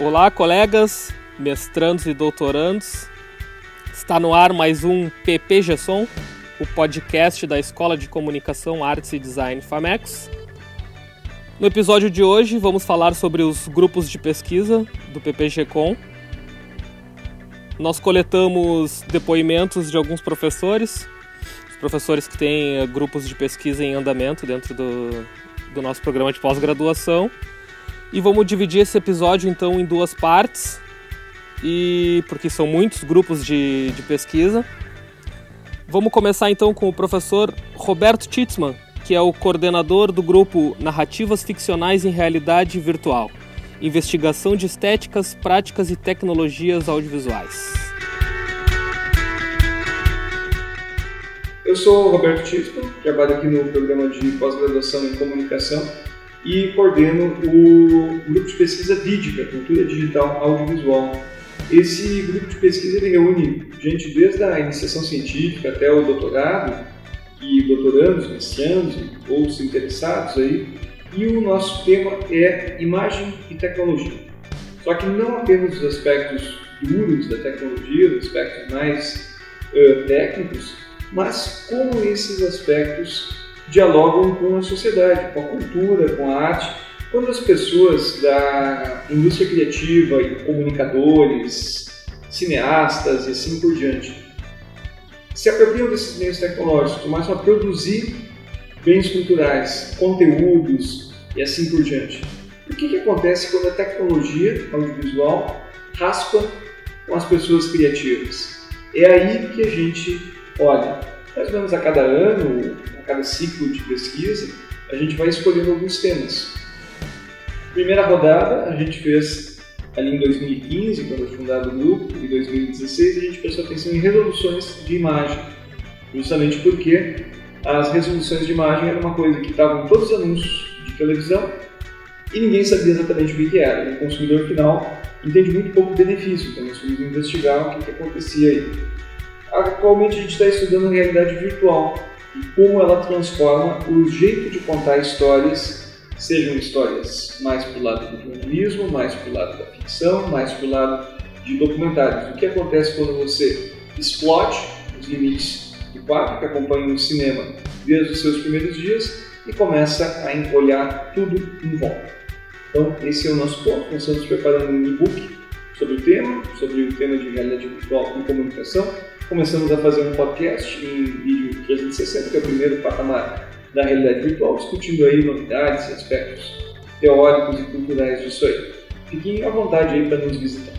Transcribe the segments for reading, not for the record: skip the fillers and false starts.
Olá, colegas, mestrandos e doutorandos. Está no ar mais um PPG-som, o podcast da Escola de Comunicação, Artes e Design FAMECOS. No episódio de hoje vamos falar sobre os grupos de pesquisa do PPG-com. Nós coletamos depoimentos de alguns professores, os professores que têm grupos de pesquisa em andamento dentro do nosso programa de pós-graduação. E vamos dividir esse episódio então em duas partes, porque são muitos grupos de pesquisa. Vamos começar então com o professor Roberto Titzman, que é o coordenador do grupo Narrativas Ficcionais em Realidade Virtual, Investigação de Estéticas, Práticas e Tecnologias Audiovisuais. Eu sou o Roberto Titzman, trabalho aqui no programa de pós-graduação em comunicação e coordeno o grupo de pesquisa Vídica, Cultura Digital Audiovisual. Esse grupo de pesquisa ele reúne gente desde a iniciação científica até o doutorado, e doutorandos, mestrandos, outros interessados aí, e o nosso tema é imagem e tecnologia. Só que não apenas os aspectos duros da tecnologia, os aspectos mais técnicos, mas como esses aspectos dialogam com a sociedade, com a cultura, com a arte, quando as pessoas da indústria criativa e comunicadores, cineastas e assim por diante se apropriam desses meios tecnológicos, começam a produzir bens culturais, conteúdos e assim por diante. O que acontece quando a tecnologia audiovisual raspa com as pessoas criativas? É aí que a gente olha. Mais ou menos a cada ano, a cada ciclo de pesquisa, a gente vai escolhendo alguns temas. Primeira rodada a gente fez ali em 2015, quando foi fundado o grupo, em 2016 a gente prestou atenção em resoluções de imagem, justamente porque as resoluções de imagem era uma coisa que estava em todos os anúncios de televisão e ninguém sabia exatamente o que era. O consumidor final entende muito pouco benefício, então nós fomos investigar o que acontecia aí. Atualmente a gente está estudando a realidade virtual e como ela transforma o jeito de contar histórias, sejam histórias mais para o lado do jornalismo, mais para o lado da ficção, mais para o lado de documentários. O que acontece quando você explode os limites do quadro, que acompanha o cinema desde os seus primeiros dias, e começa a olhar tudo em volta. Então esse é o nosso ponto. Nós estamos preparando um e-book sobre o tema de realidade virtual e comunicação. Começamos a fazer um podcast em vídeo 360, que é o primeiro patamar da realidade virtual, discutindo aí novidades e aspectos teóricos e culturais disso aí. Fiquem à vontade aí para nos visitar.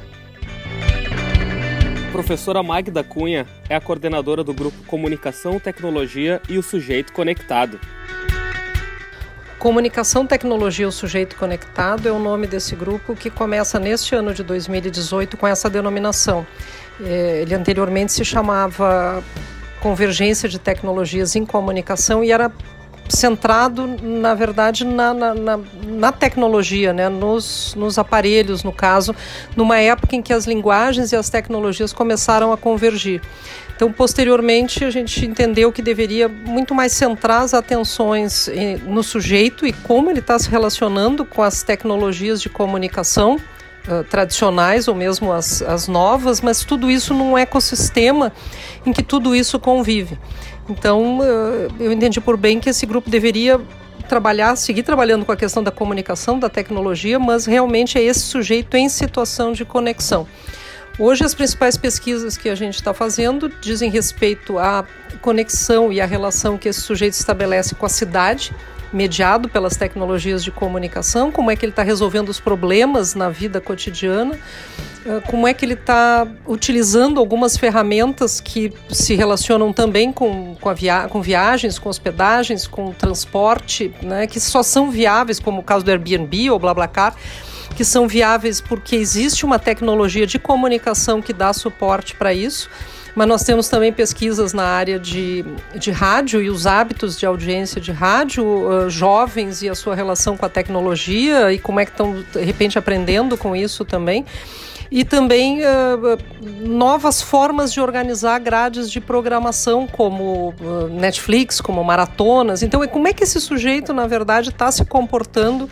A professora Magda Cunha é a coordenadora do grupo Comunicação, Tecnologia e o Sujeito Conectado. Comunicação, Tecnologia e o Sujeito Conectado é o nome desse grupo que começa neste ano de 2018 com essa denominação. Ele anteriormente se chamava Convergência de Tecnologias em Comunicação e era centrado, na verdade, na tecnologia, né? nos aparelhos, no caso, numa época em que as linguagens e as tecnologias começaram a convergir. Então, posteriormente, a gente entendeu que deveria muito mais centrar as atenções no sujeito e como ele está se relacionando com as tecnologias de comunicação tradicionais ou mesmo as novas, mas tudo isso num ecossistema em que tudo isso convive. Então, eu entendi por bem que esse grupo deveria seguir trabalhando com a questão da comunicação, da tecnologia, mas realmente é esse sujeito em situação de conexão. Hoje, as principais pesquisas que a gente está fazendo dizem respeito à conexão e à relação que esse sujeito estabelece com a cidade, mediado pelas tecnologias de comunicação, como é que ele está resolvendo os problemas na vida cotidiana, como é que ele está utilizando algumas ferramentas que se relacionam também com viagens, com hospedagens, com transporte, né, que só são viáveis, como o caso do Airbnb ou BlaBlaCar, que são viáveis porque existe uma tecnologia de comunicação que dá suporte para isso. Mas nós temos também pesquisas na área de rádio e os hábitos de audiência de rádio, jovens e a sua relação com a tecnologia e como é que estão, de repente, aprendendo com isso também. E também novas formas de organizar grades de programação, como Netflix, como maratonas. Então, como é que esse sujeito, na verdade, está se comportando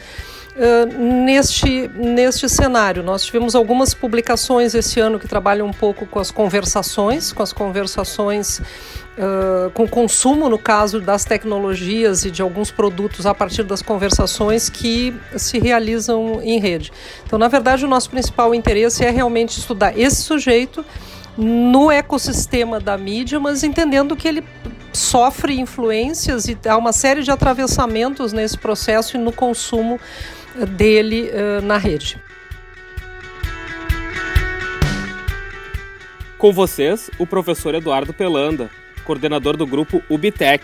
neste cenário. Nós tivemos algumas publicações esse ano que trabalham um pouco com as conversações com o consumo, no caso das tecnologias e de alguns produtos a partir das conversações que se realizam em rede. Então, na verdade, o nosso principal interesse é realmente estudar esse sujeito no ecossistema da mídia, mas entendendo que ele sofre influências e há uma série de atravessamentos nesse processo e no consumo dele na rede. Com vocês, o professor Eduardo Pelanda, coordenador do grupo UBTEC.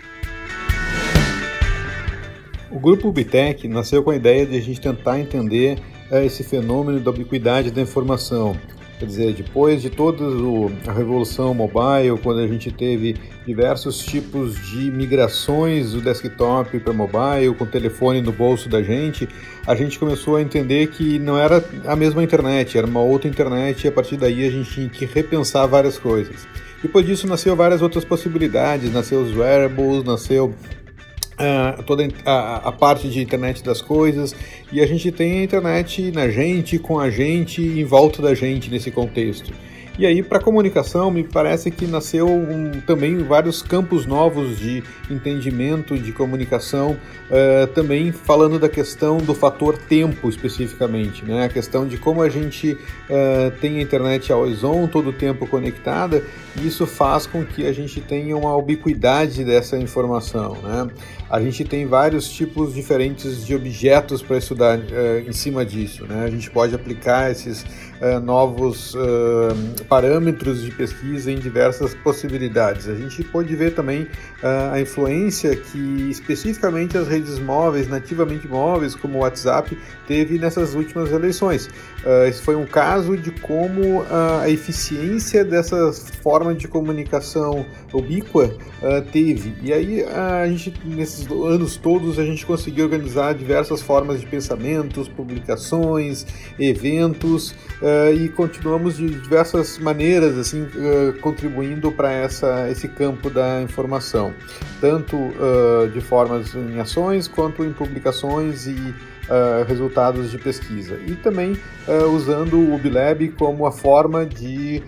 O grupo UBTEC nasceu com a ideia de a gente tentar entender esse fenômeno da ubiquidade da informação. Quer dizer, depois de toda a revolução mobile, quando a gente teve diversos tipos de migrações do desktop para mobile, com o telefone no bolso da gente, a gente começou a entender que não era a mesma internet, era uma outra internet, e a partir daí a gente tinha que repensar várias coisas. Depois disso nasceu várias outras possibilidades, nasceu os wearables, nasceu toda a parte de internet das coisas, e a gente tem a internet na gente, com a gente, em volta da gente nesse contexto. E aí, para a comunicação, me parece que nasceu também vários campos novos de entendimento de comunicação, também falando da questão do fator tempo especificamente, né? A questão de como a gente tem a internet always on, todo o tempo conectada, e isso faz com que a gente tenha uma ubiquidade dessa informação, né? A gente tem vários tipos diferentes de objetos para estudar em cima disso, né? A gente pode aplicar esses novos parâmetros de pesquisa em diversas possibilidades. A gente pode ver também a influência que especificamente as redes móveis, nativamente móveis, como o WhatsApp, teve nessas últimas eleições. Esse foi um caso de como a eficiência dessa forma de comunicação ubíqua teve. E aí, a gente, nesses anos todos, a gente conseguiu organizar diversas formas de pensamentos, publicações, eventos, e continuamos de diversas maneiras assim, contribuindo para esse campo da informação, tanto de formas em ações quanto em publicações e resultados de pesquisa, e também usando o UBLab como a forma de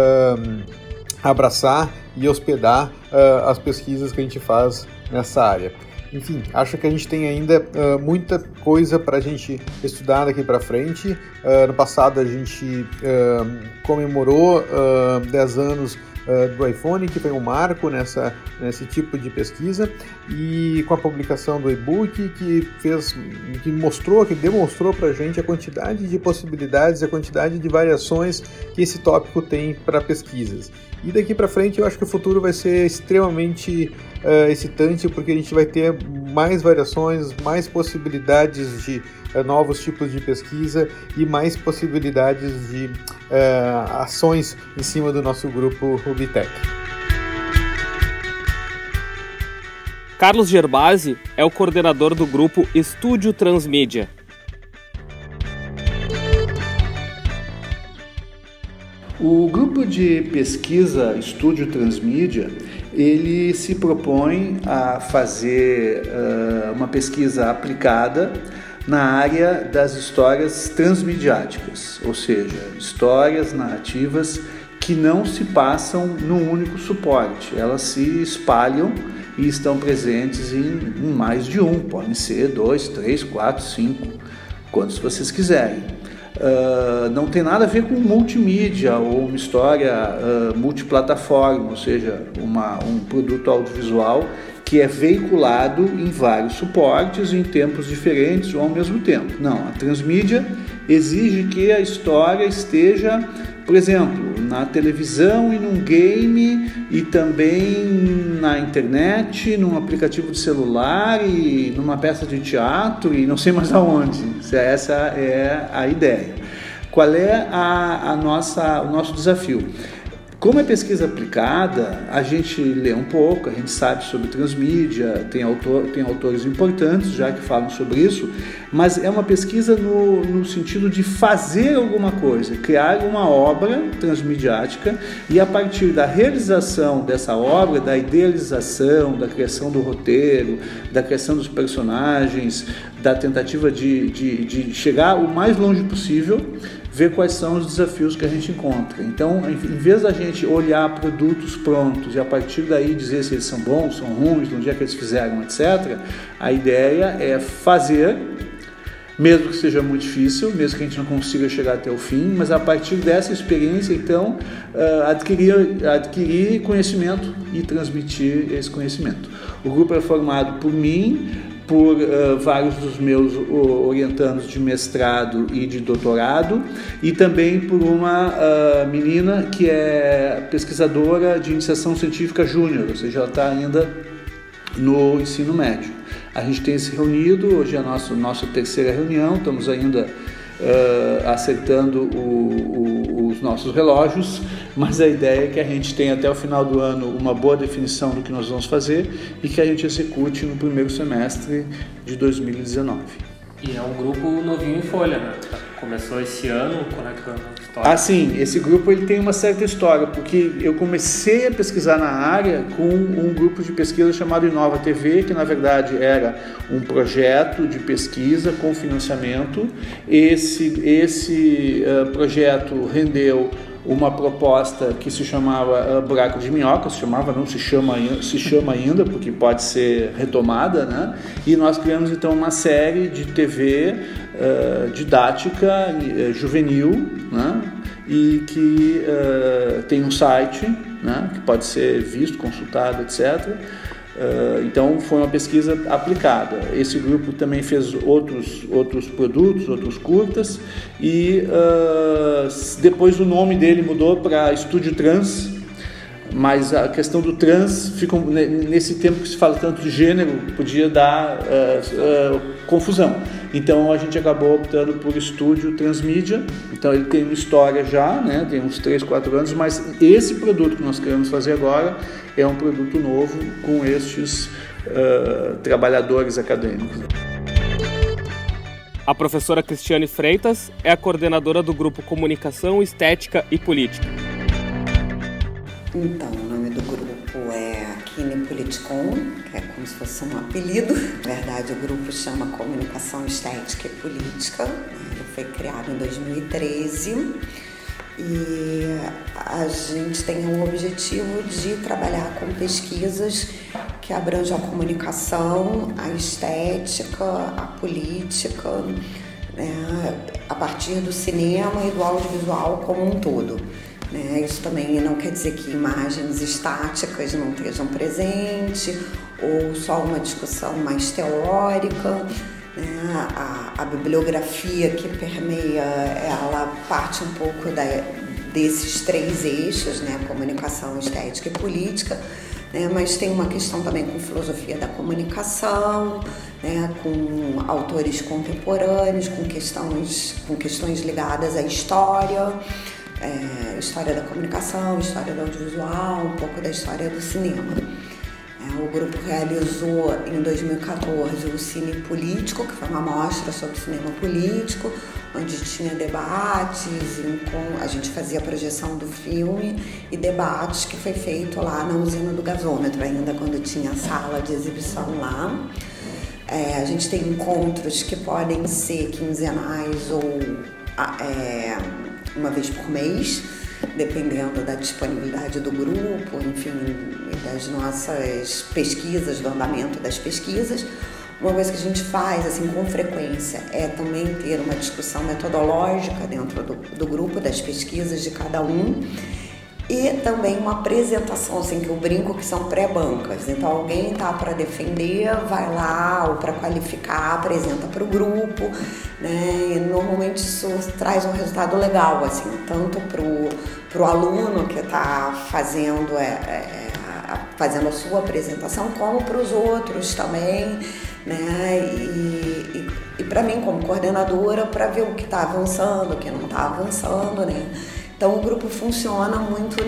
abraçar e hospedar as pesquisas que a gente faz nessa área. Enfim, acho que a gente tem ainda muita coisa para a gente estudar daqui para frente. No passado a gente comemorou 10 anos do iPhone, que foi um marco nesse tipo de pesquisa, e com a publicação do e-book que demonstrou para a gente a quantidade de possibilidades, a quantidade de variações que esse tópico tem para pesquisas. E daqui para frente eu acho que o futuro vai ser extremamente excitante, porque a gente vai ter mais variações, mais possibilidades de novos tipos de pesquisa e mais possibilidades de ações em cima do nosso grupo UBTEC. Carlos Gerbasi é o coordenador do grupo Estúdio Transmídia. O grupo de pesquisa Estúdio Transmídia, ele se propõe a fazer uma pesquisa aplicada na área das histórias transmediáticas, ou seja, histórias narrativas que não se passam num único suporte, elas se espalham e estão presentes em mais de um, podem ser 2, 3, 4, 5, quantos vocês quiserem. Não tem nada a ver com multimídia ou uma história multiplataforma, ou seja, um produto audiovisual que é veiculado em vários suportes em tempos diferentes ou ao mesmo tempo. Não, a transmídia exige que a história esteja, por exemplo, na televisão e num game, e também na internet, num aplicativo de celular e numa peça de teatro e não sei mais aonde. Essa é a ideia. Qual é o nosso desafio? Como é pesquisa aplicada, a gente lê um pouco, a gente sabe sobre transmídia, tem autores importantes já que falam sobre isso, mas é uma pesquisa no sentido de fazer alguma coisa, criar uma obra transmediática e a partir da realização dessa obra, da idealização, da criação do roteiro, da criação dos personagens, da tentativa de chegar o mais longe possível, ver quais são os desafios que a gente encontra. Então, em vez da gente olhar produtos prontos e a partir daí dizer se eles são bons, são ruins, de onde é que eles fizeram, etc., a ideia é fazer, mesmo que seja muito difícil, mesmo que a gente não consiga chegar até o fim, mas a partir dessa experiência, então, adquirir conhecimento e transmitir esse conhecimento. O grupo é formado por mim, por vários dos meus orientandos de mestrado e de doutorado e também por uma menina que é pesquisadora de iniciação científica júnior, ou seja, ela está ainda no ensino médio. A gente tem se reunido, hoje é a nossa terceira reunião, estamos ainda acertando os nossos relógios, mas a ideia é que a gente tenha até o final do ano uma boa definição do que nós vamos fazer e que a gente execute no primeiro semestre de 2019. E é um grupo novinho em folha, né? Começou esse ano, como é que é a história? Sim, esse grupo ele tem uma certa história, porque eu comecei a pesquisar na área com um grupo de pesquisa chamado Inova TV, que na verdade era um projeto de pesquisa com financiamento. Esse projeto rendeu uma proposta que se chamava Buraco de Minhoca, se chama ainda, porque pode ser retomada, né? E nós criamos então uma série de TV didática juvenil, né? E que tem um site, né? Que pode ser visto, consultado, etc. Então foi uma pesquisa aplicada. Esse grupo também fez outros produtos, outros curtas e depois o nome dele mudou para Estúdio Trans, mas a questão do trans fica nesse tempo que se fala tanto de gênero, podia dar confusão. Então a gente acabou optando por Estúdio Transmídia. Então ele tem uma história já, né? Tem uns 3, 4 anos, mas esse produto que nós queremos fazer agora é um produto novo com estes trabalhadores acadêmicos. A professora Cristiane Freitas é a coordenadora do grupo Comunicação, Estética e Política. Então, o nome do grupo é Kinepoliticon, que é como se fosse um apelido. Na verdade, o grupo chama Comunicação, Estética e Política. Ele foi criado em 2013 e a gente tem o objetivo de trabalhar com pesquisas que abrangem a comunicação, a estética, a política, né, a partir do cinema e do audiovisual como um todo. Isso também não quer dizer que imagens estáticas não estejam presentes ou só uma discussão mais teórica. A bibliografia que permeia, ela parte um pouco desses 3 eixos, né? Comunicação, estética e política, né? Mas tem uma questão também com filosofia da comunicação, né? Com autores contemporâneos, com questões ligadas à história. História da comunicação, história do audiovisual, um pouco da história do cinema. O grupo realizou em 2014 o Cine Político, que foi uma mostra sobre cinema político, onde tinha debates, a gente fazia a projeção do filme e debates que foi feito lá na usina do gasômetro, ainda quando tinha a sala de exibição lá. A gente tem encontros que podem ser quinzenais ou uma vez por mês, dependendo da disponibilidade do grupo, enfim, das nossas pesquisas, do andamento das pesquisas. Uma coisa que a gente faz, assim, com frequência, é também ter uma discussão metodológica dentro do grupo, das pesquisas de cada um, e também uma apresentação, assim, que eu brinco que são pré-bancas. Então, alguém está para defender, vai lá, ou para qualificar, apresenta para o grupo, né? E normalmente isso traz um resultado legal, assim, tanto para o aluno que está fazendo a sua apresentação, como para os outros também, né? E para mim, como coordenadora, para ver o que está avançando, o que não está avançando, né? Então o grupo funciona muito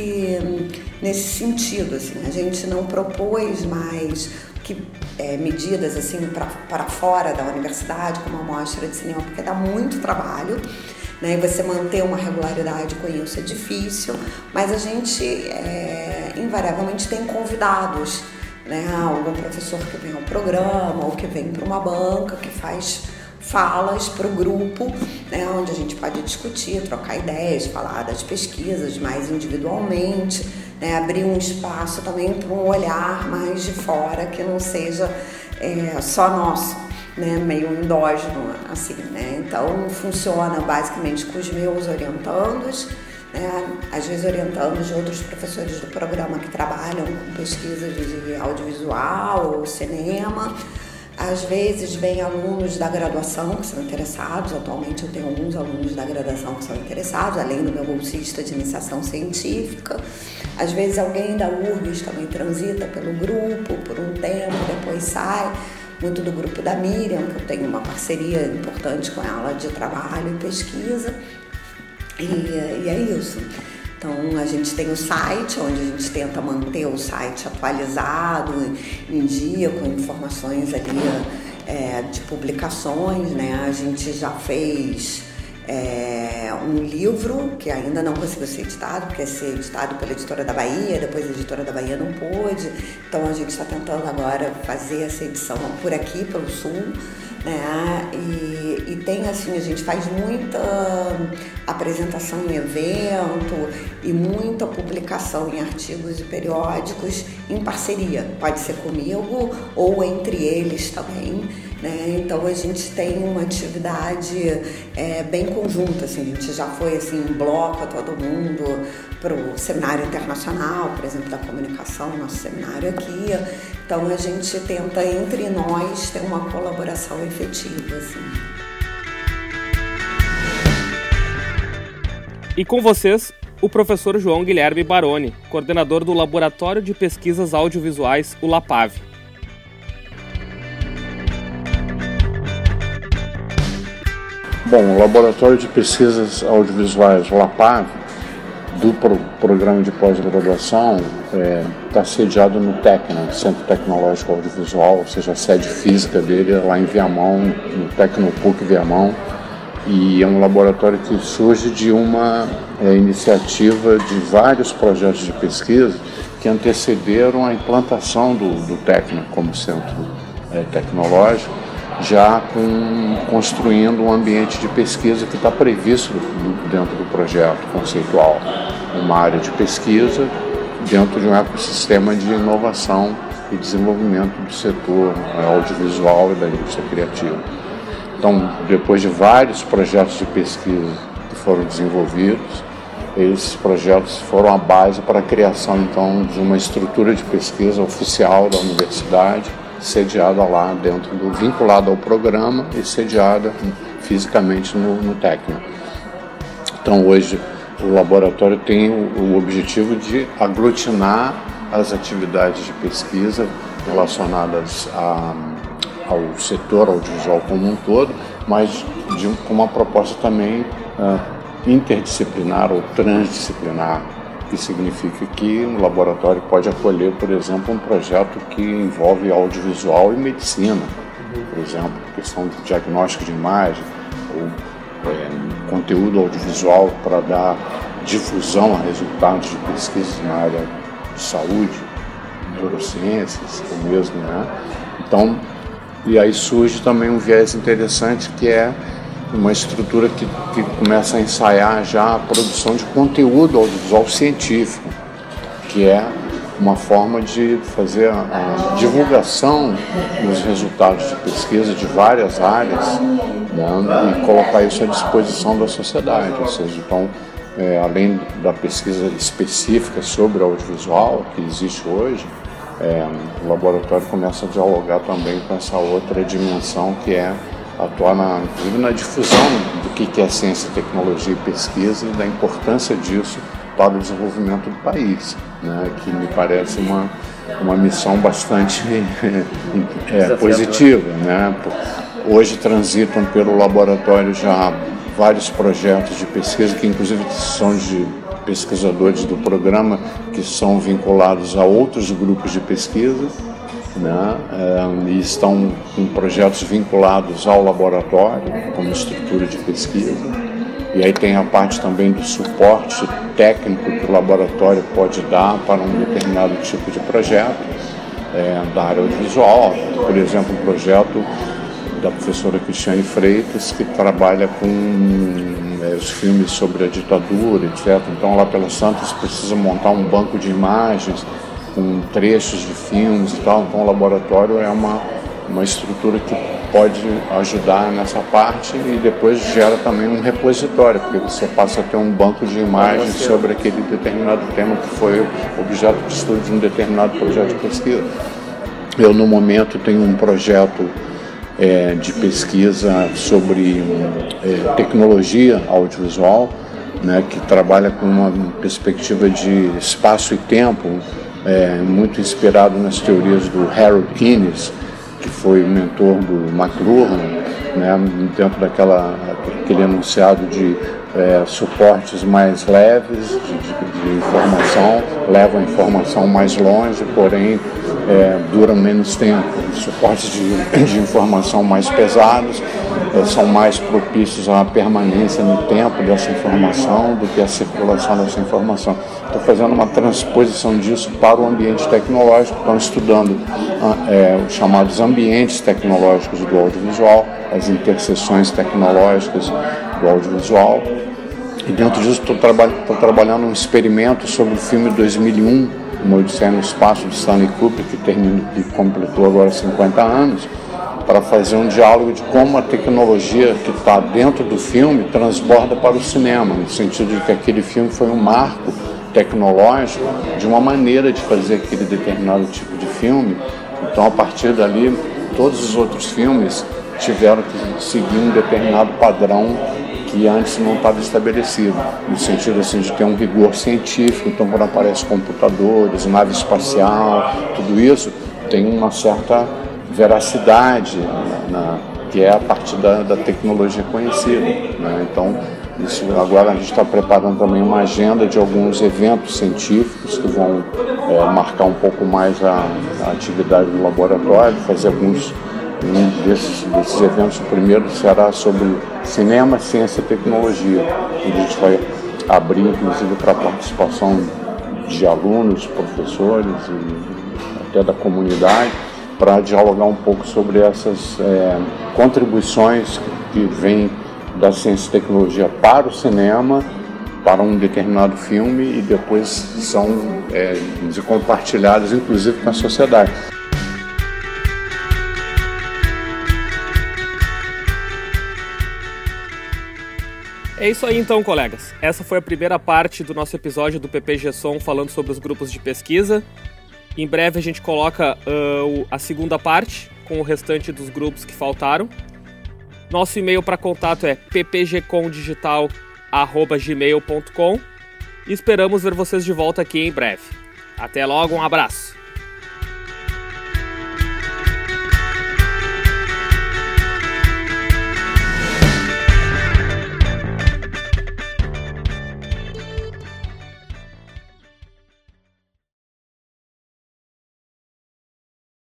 nesse sentido, assim. A gente não propôs mais medidas assim para fora da universidade, como a mostra de cinema, porque dá muito trabalho, né? E você manter uma regularidade com isso é difícil, mas a gente invariavelmente tem convidados, né? Algum professor que vem ao programa ou que vem para uma banca, que faz falas para o grupo, né? Onde a gente pode discutir, trocar ideias, falar das pesquisas mais individualmente, né? Abrir um espaço também para um olhar mais de fora, que não seja só nosso, né? Meio endógeno, assim, né? Então funciona basicamente com os meus orientandos, né? Às vezes orientandos de outros professores do programa que trabalham com pesquisas de audiovisual ou cinema. Às vezes vem alunos da graduação que são interessados. Atualmente eu tenho alguns alunos da graduação que são interessados, além do meu bolsista de iniciação científica. Às vezes alguém da URGS também transita pelo grupo por um tempo, depois sai. Muito do grupo da Miriam, que eu tenho uma parceria importante com ela de trabalho e pesquisa. E é isso. Então a gente tem o site, onde a gente tenta manter o site atualizado, em dia, com informações ali de publicações, né? A gente já fez um livro que ainda não conseguiu ser editado, porque ia ser editado pela Editora da Bahia, depois a Editora da Bahia não pôde, então a gente está tentando agora fazer essa edição por aqui, pelo Sul, né? E tem assim, a gente faz muita apresentação em evento e muita publicação em artigos e periódicos em parceria, pode ser comigo ou entre eles também, né? Então a gente tem uma atividade bem conjunta, assim. A gente já foi assim, em bloco, todo mundo para o seminário internacional, por exemplo, da comunicação, nosso seminário aqui. Então a gente tenta entre nós ter uma colaboração efetiva, assim. E com vocês, o professor João Guilherme Baroni, coordenador do Laboratório de Pesquisas Audiovisuais, o LAPAV. Bom, o Laboratório de Pesquisas Audiovisuais, o LAPAV, do programa de pós-graduação, está sediado no Tecna, Centro Tecnológico Audiovisual, ou seja, a sede física dele é lá em Viamão, no Tecnopuc Viamão, e é um laboratório que surge de uma iniciativa de vários projetos de pesquisa que antecederam a implantação do Tecna como centro tecnológico, já construindo um ambiente de pesquisa que está previsto dentro do projeto conceitual, uma área de pesquisa dentro de um ecossistema de inovação e desenvolvimento do setor audiovisual e da indústria criativa. Então, depois de vários projetos de pesquisa que foram desenvolvidos, esses projetos foram a base para a criação, então, de uma estrutura de pesquisa oficial da universidade, sediada lá dentro vinculada ao programa e sediada fisicamente no Tecna. Então hoje o laboratório tem o objetivo de aglutinar as atividades de pesquisa relacionadas ao setor audiovisual como um todo, mas com uma proposta também interdisciplinar ou transdisciplinar, que significa que um laboratório pode acolher, por exemplo, um projeto que envolve audiovisual e medicina, por exemplo, questão de diagnóstico de imagem, ou conteúdo audiovisual para dar difusão a resultados de pesquisas na área de saúde, neurociências, ou mesmo, né? Então, e aí surge também um viés interessante, que é uma estrutura que começa a ensaiar já a produção de conteúdo audiovisual científico, que é uma forma de fazer a divulgação dos resultados de pesquisa de várias áreas, né, e colocar isso à disposição da sociedade. Ou seja, então, além da pesquisa específica sobre audiovisual que existe hoje, o laboratório começa a dialogar também com essa outra dimensão, que é atuar inclusive na difusão do que é ciência, tecnologia e pesquisa e da importância disso para o desenvolvimento do país, né, que me parece uma missão bastante positiva, né? Hoje transitam pelo laboratório já vários projetos de pesquisa, que inclusive são de pesquisadores do programa, que são vinculados a outros grupos de pesquisa, né? E estão com projetos vinculados ao laboratório, como estrutura de pesquisa. E aí tem a parte também do suporte técnico que o laboratório pode dar para um determinado tipo de projeto da área audiovisual. Por exemplo, um projeto da professora Cristiane Freitas, que trabalha com os filmes sobre a ditadura, etc. Então, lá pela Santos precisa montar um banco de imagens com trechos de filmes e tal. Então, o laboratório é uma estrutura que pode ajudar nessa parte, e depois gera também um repositório, porque você passa a ter um banco de imagens sobre aquele determinado tema que foi objeto de estudo de um determinado projeto de pesquisa. Eu, no momento, tenho um projeto de pesquisa sobre tecnologia audiovisual, né, que trabalha com uma perspectiva de espaço e tempo, muito inspirado nas teorias do Harold Innis, que foi mentor do McLuhan, né, dentro daquele enunciado de suportes mais leves de informação, levam a informação mais longe, porém duram menos tempo. Suportes de informação mais pesados são mais propícios à permanência no tempo dessa informação do que à circulação dessa informação. Estou fazendo uma transposição disso para o ambiente tecnológico. Estão estudando os chamados ambientes tecnológicos do audiovisual, as interseções tecnológicas do audiovisual. E dentro disso estou trabalhando um experimento sobre o filme 2001, Uma Odisseia no Espaço, de Stanley Kubrick, que completou agora 50 anos, para fazer um diálogo de como a tecnologia que está dentro do filme transborda para o cinema, no sentido de que aquele filme foi um marco tecnológico de uma maneira de fazer aquele determinado tipo de filme. Então, a partir dali, todos os outros filmes tiveram que seguir um determinado padrão que antes não estava estabelecido, no sentido assim, de ter um rigor científico. Então, quando aparecem computadores, nave espacial, tudo isso tem uma certa veracidade, que é a partir da tecnologia conhecida, né? Então, isso, agora a gente está preparando também uma agenda de alguns eventos científicos que vão marcar um pouco mais a atividade do laboratório, fazer alguns desses eventos. O primeiro será sobre cinema, ciência e tecnologia, onde a gente vai abrir, inclusive, para a participação de alunos, professores e até da comunidade, para dialogar um pouco sobre essas contribuições que vêm da ciência e tecnologia para o cinema, para um determinado filme, e depois são compartilhadas, inclusive, com a sociedade. É isso aí então, colegas. Essa foi a primeira parte do nosso episódio do PPG Som falando sobre os grupos de pesquisa. Em breve a gente coloca a segunda parte com o restante dos grupos que faltaram. Nosso e-mail para contato é ppgcomdigital@gmail.com e esperamos ver vocês de volta aqui em breve. Até logo, um abraço!